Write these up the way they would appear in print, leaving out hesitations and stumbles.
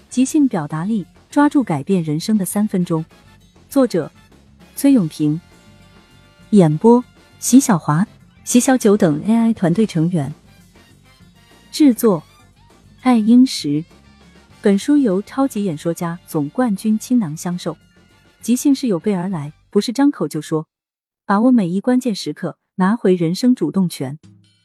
即兴表达力，抓住改变人生的3分钟。作者：崔永平，演播：席小华、席小九等 AI 团队成员。制作：爱英石。本书由超级演说家总冠军倾囊相授。即兴是有备而来，不是张口就说。把握每一关键时刻，拿回人生主动权。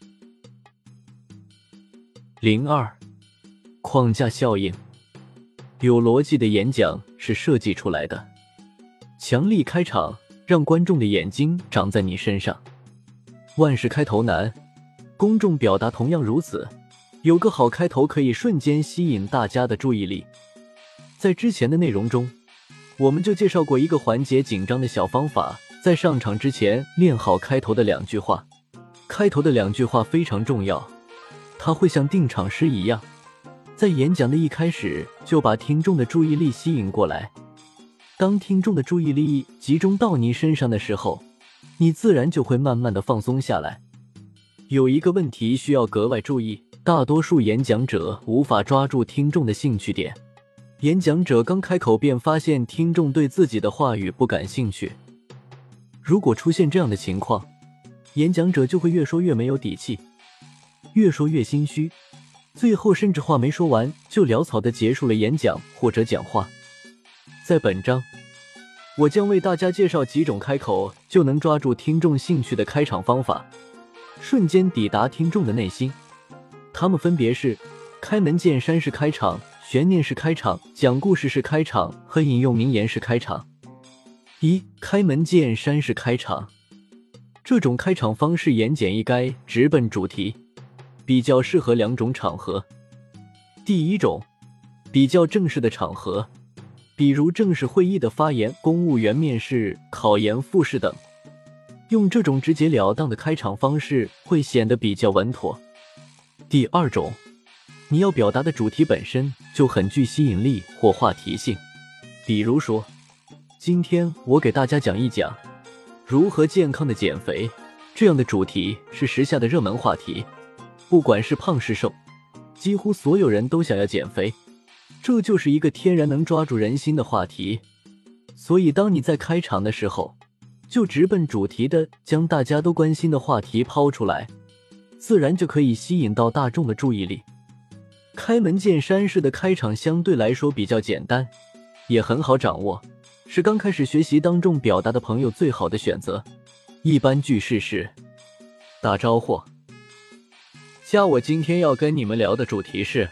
02框架效应。有逻辑的演讲是设计出来的。强力开场，让观众的眼睛长在你身上。万事开头难，公众表达同样如此。有个好开头可以瞬间吸引大家的注意力。在之前的内容中，我们就介绍过一个缓解紧张的小方法，在上场之前练好开头的2句话。开头的2句话非常重要，它会像定场诗一样，在演讲的一开始就把听众的注意力吸引过来。当听众的注意力集中到你身上的时候，你自然就会慢慢的放松下来。有一个问题需要格外注意，大多数演讲者无法抓住听众的兴趣点。演讲者刚开口便发现听众对自己的话语不感兴趣。如果出现这样的情况，演讲者就会越说越没有底气，越说越心虚，最后甚至话没说完就潦草地结束了演讲或者讲话。在本章，我将为大家介绍几种开口就能抓住听众兴趣的开场方法，瞬间抵达听众的内心。它们分别是开门见山式开场、悬念式开场、讲故事式开场和引用名言式开场。开门见山式开场。这种开场方式言简意赅，直奔主题，比较适合2种场合。第一种，比较正式的场合，比如正式会议的发言、公务员面试、考研复试等。用这种直截了当的开场方式会显得比较稳妥。第二种，你要表达的主题本身就很具吸引力或话题性。比如说，今天我给大家讲一讲如何健康的减肥，这样的主题是时下的热门话题。不管是胖是瘦，几乎所有人都想要减肥，这就是一个天然能抓住人心的话题。所以当你在开场的时候，就直奔主题的将大家都关心的话题抛出来，自然就可以吸引到大众的注意力。开门见山式的开场相对来说比较简单，也很好掌握，是刚开始学习当众表达的朋友最好的选择。一般句式是：打招呼，我今天要跟你们聊的主题是。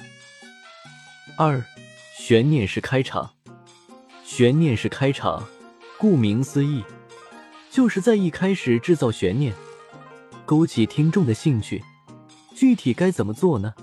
悬念式开场。悬念式开场，顾名思义，就是在一开始制造悬念，勾起听众的兴趣。具体该怎么做呢？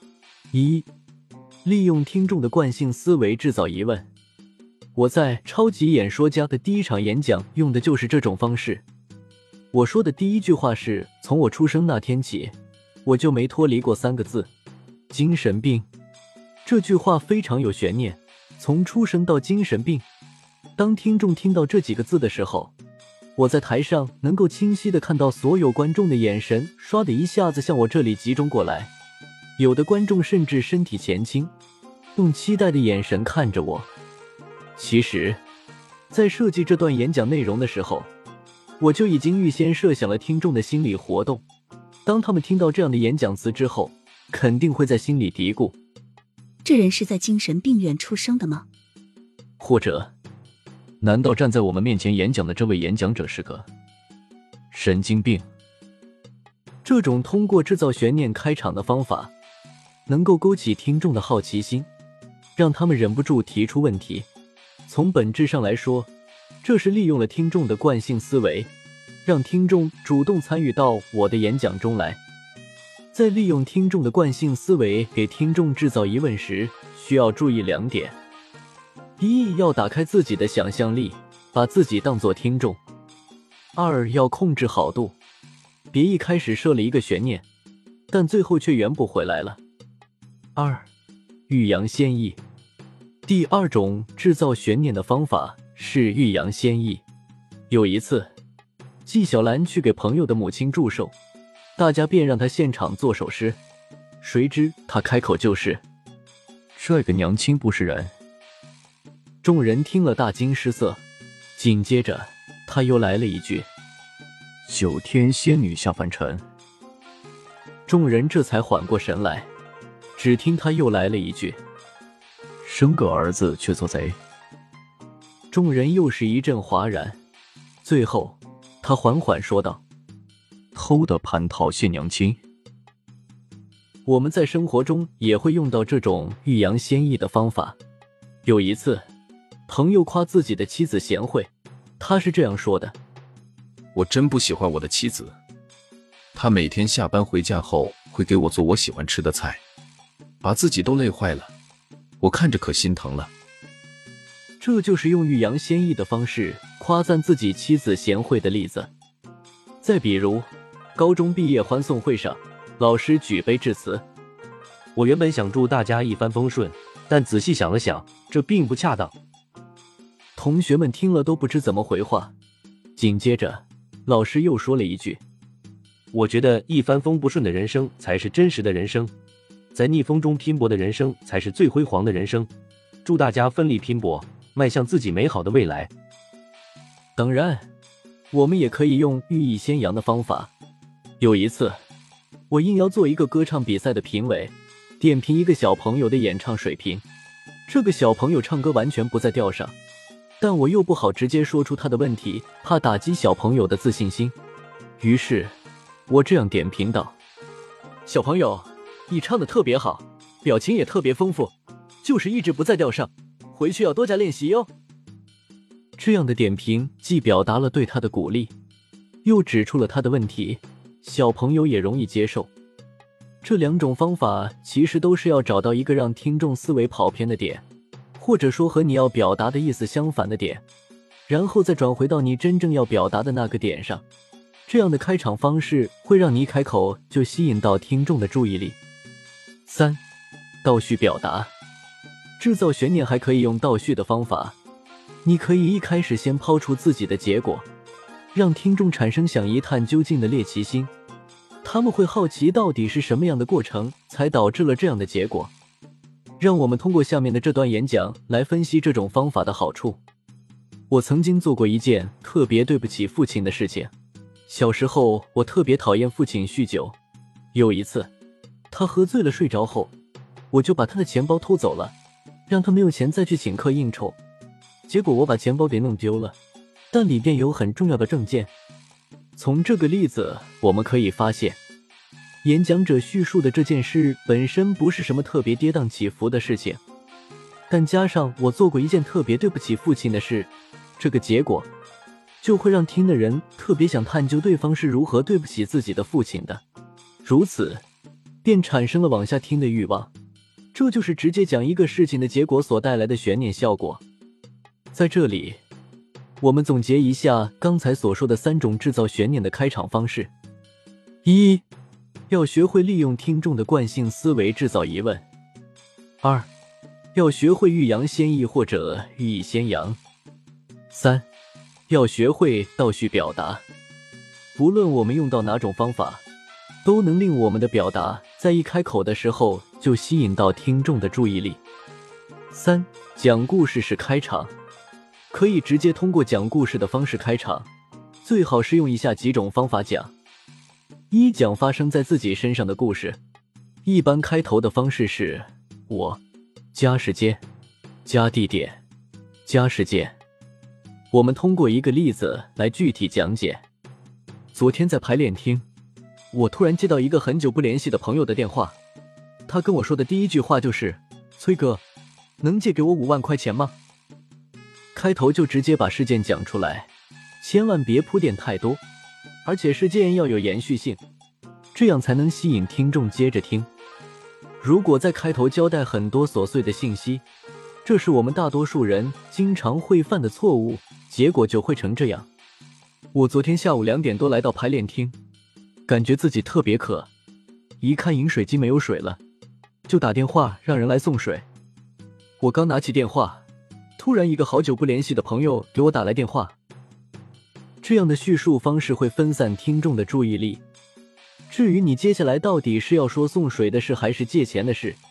利用听众的惯性思维制造疑问。我在超级演说家的第1场演讲用的就是这种方式。我说的第1句话是：从我出生那天起，我就没脱离过3个字，精神病。这句话非常有悬念，从出生到精神病。当听众听到这几个字的时候，我在台上能够清晰地看到所有观众的眼神唰的一下子向我这里集中过来，有的观众甚至身体前倾，用期待的眼神看着我。其实，在设计这段演讲内容的时候，我就已经预先设想了听众的心理活动。当他们听到这样的演讲词之后，肯定会在心里嘀咕： 这人是在精神病院出生的吗？ 或者，难道站在我们面前演讲的这位演讲者是个神经病？这种通过制造悬念开场的方法，能够勾起听众的好奇心，让他们忍不住提出问题。从本质上来说，这是利用了听众的惯性思维，让听众主动参与到我的演讲中来。在利用听众的惯性思维给听众制造疑问时，需要注意2点。要打开自己的想象力，把自己当作听众。要控制好度，别一开始设了一个悬念，但最后却圆不回来了。欲扬先抑。第2种制造悬念的方法是欲扬先抑。有一次，纪晓岚去给朋友的母亲祝寿，大家便让他现场做首诗，谁知他开口就是： 帅个娘亲不是人。众人听了大惊失色，紧接着他又来了一句：“9天仙女下凡尘。”众人这才缓过神来，只听他又来了一句：“生个儿子却做贼。”众人又是一阵哗然，最后他缓缓说道：“偷的蟠桃献娘亲。”我们在生活中也会用到这种欲扬先抑的方法。有一次，朋友夸自己的妻子贤惠，他是这样说的：“ 我真不喜欢我的妻子，她每天下班回家后会给我做我喜欢吃的菜，把自己都累坏了，我看着可心疼了。” 这就是用欲扬先抑的方式夸赞自己妻子贤惠的例子。再比如，高中毕业欢送会上，老师举杯致辞：“ 我原本想祝大家一帆风顺，但仔细想了想，这并不恰当。” 同学们听了都不知怎么回话。紧接着，老师又说了一句：“ 我觉得一帆风不顺的人生才是真实的人生，在逆风中拼搏的人生才是最辉煌的人生。祝大家奋力拼搏，迈向自己美好的未来。” 当然，我们也可以用欲抑先扬的方法。有一次，我应邀做一个歌唱比赛的评委，点评一个小朋友的演唱水平。这个小朋友唱歌完全不在调上，但我又不好直接说出他的问题，怕打击小朋友的自信心。于是，我这样点评道：“小朋友，你唱得特别好，表情也特别丰富，就是一直不在调上，回去要多加练习哟。”这样的点评既表达了对他的鼓励，又指出了他的问题，小朋友也容易接受。这两种方法其实都是要找到一个让听众思维跑偏的点，或者说和你要表达的意思相反的点，然后再转回到你真正要表达的那个点上。这样的开场方式会让你一开口就吸引到听众的注意力。3. 倒叙表达。制造悬念还可以用倒叙的方法，你可以一开始先抛出自己的结果，让听众产生想一探究竟的猎奇心，他们会好奇到底是什么样的过程才导致了这样的结果。让我们通过下面的这段演讲来分析这种方法的好处。我曾经做过一件特别对不起父亲的事情。小时候，我特别讨厌父亲酗酒。有一次，他喝醉了睡着后，我就把他的钱包偷走了，让他没有钱再去请客应酬。结果我把钱包给弄丢了，但里边有很重要的证件。从这个例子我们可以发现，演讲者叙述的这件事本身不是什么特别跌宕起伏的事情，但加上我做过一件特别对不起父亲的事，这个结果就会让听的人特别想探究对方是如何对不起自己的父亲的，如此便产生了往下听的欲望。这就是直接讲一个事情的结果所带来的悬念效果。在这里，我们总结一下刚才所说的3种制造悬念的开场方式。1. 要学会利用听众的惯性思维制造疑问。2. 要学会欲扬先抑或者欲抑先扬。3. 要学会倒叙表达。不论我们用到哪种方法，都能令我们的表达在一开口的时候就吸引到听众的注意力。3. 讲故事是开场，可以直接通过讲故事的方式开场，最好是用以下几种方法讲。1. 讲发生在自己身上的故事，一般开头的方式是我加时间加地点加事件。我们通过一个例子来具体讲解。昨天在排练厅，我突然接到一个很久不联系的朋友的电话，他跟我说的第一句话就是：“崔哥，能借给我5万块钱吗？”开头就直接把事件讲出来，千万别铺垫太多，而且事件要有延续性，这样才能吸引听众接着听。如果在开头交代很多琐碎的信息，这是我们大多数人经常会犯的错误，结果就会成这样。我昨天下午2点多来到排练厅，感觉自己特别渴，一看饮水机没有水了，就打电话让人来送水。我刚拿起电话，突然一个好久不联系的朋友给我打来电话。这样的叙述方式会分散听众的注意力。至于你接下来到底是要说送水的事还是借钱的事，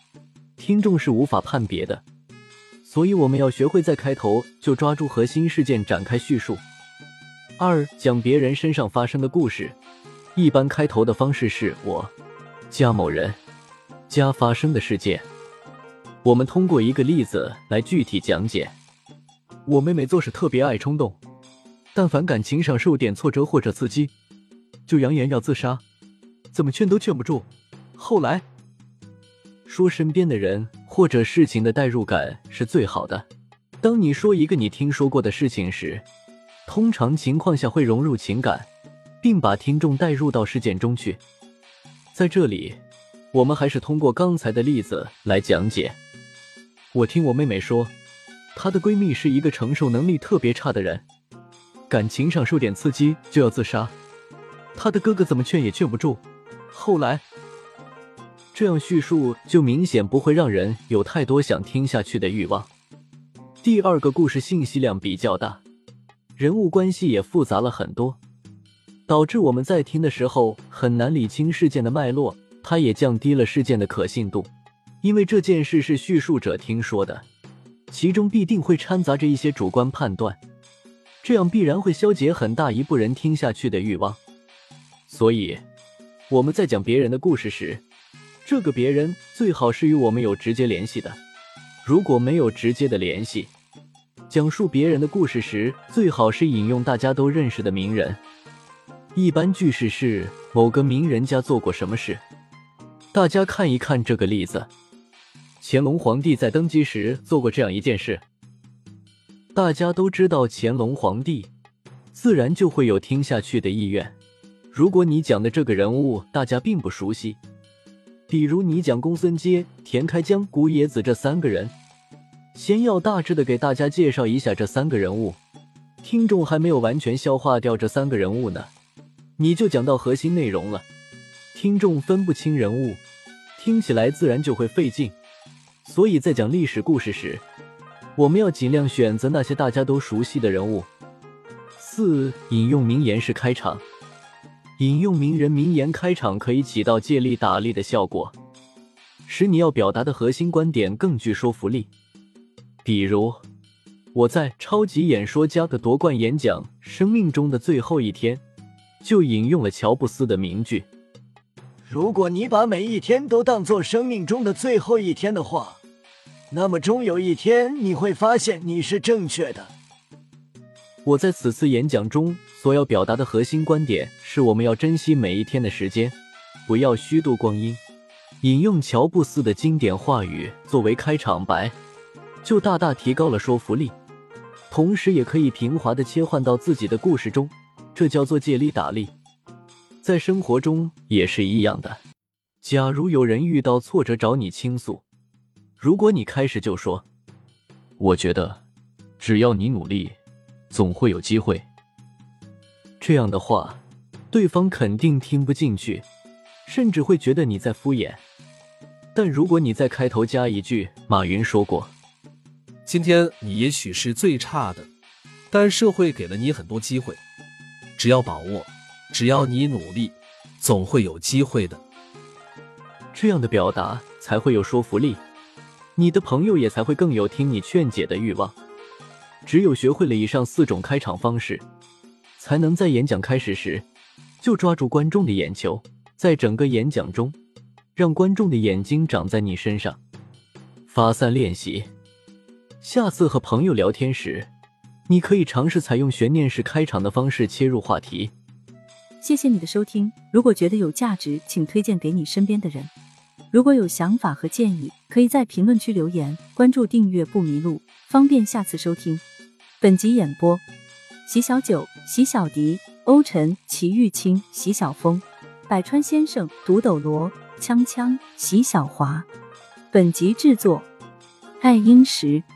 听众是无法判别的，所以我们要学会在开头就抓住核心事件展开叙述。2. 讲别人身上发生的故事，一般开头的方式是我加某人加发生的事件。我们通过一个例子来具体讲解。我妹妹做事特别爱冲动，但凡感情上受点挫折或者刺激，就扬言要自杀，怎么劝都劝不住。后来说身边的人或者事情的代入感是最好的。当你说一个你听说过的事情时，通常情况下会融入情感，并把听众带入到事件中去。在这里，我们还是通过刚才的例子来讲解。我听我妹妹说，她的闺蜜是一个承受能力特别差的人，感情上受点刺激就要自杀，她的哥哥怎么劝也劝不住。后来这样叙述就明显不会让人有太多想听下去的欲望。第2个故事信息量比较大，人物关系也复杂了很多，导致我们在听的时候很难理清事件的脉络，它也降低了事件的可信度。因为这件事是叙述者听说的，其中必定会掺杂着一些主观判断，这样必然会消解很大一部人听下去的欲望。所以我们在讲别人的故事时，这个别人最好是与我们有直接联系的。如果没有直接的联系，讲述别人的故事时，最好是引用大家都认识的名人。一般句式是某个名人家做过什么事。大家看一看这个例子，乾隆皇帝在登基时做过这样一件事。大家都知道乾隆皇帝，自然就会有听下去的意愿。如果你讲的这个人物大家并不熟悉，比如你讲公孙捷、田开疆、古冶子这3个人，先要大致的给大家介绍一下这3个人物，听众还没有完全消化掉这3个人物呢，你就讲到核心内容了，听众分不清人物，听起来自然就会费劲。所以在讲历史故事时，我们要尽量选择那些大家都熟悉的人物。4. 引用名言式开场。引用名人名言开场可以起到借力打力的效果，使你要表达的核心观点更具说服力。比如我在超级演说家的夺冠演讲《生命中的最后一天》就引用了乔布斯的名句：如果你把每一天都当作生命中的最后一天的话，那么终有一天你会发现你是正确的。我在此次演讲中所要表达的核心观点是，我们要珍惜每一天的时间，不要虚度光阴。引用乔布斯的经典话语作为开场白，就大大提高了说服力，同时也可以平滑地切换到自己的故事中，这叫做借力打力。在生活中也是一样的，假如有人遇到挫折找你倾诉，如果你开始就说，我觉得只要你努力，总会有机会，这样的话，对方肯定听不进去，甚至会觉得你在敷衍。但如果你在开头加一句，马云说过， 今天你也许是最差的，但社会给了你很多机会，只要把握，只要你努力，总会有机会的。 这样的表达才会有说服力，你的朋友也才会更有听你劝解的欲望。只有学会了以上4种开场方式，才能在演讲开始时就抓住观众的眼球，在整个演讲中让观众的眼睛长在你身上。发散练习，下次和朋友聊天时，你可以尝试采用悬念式开场的方式切入话题。 谢谢你的收听，如果觉得有价值，请推荐给你身边的人。如果有想法和建议，可以在评论区留言，关注订阅不迷路，方便下次收听。本集演播：席小九、席小迪、欧晨、齐玉清、席小峰、百川先生、独斗罗、锵锵、席小华。本集制作：爱英石。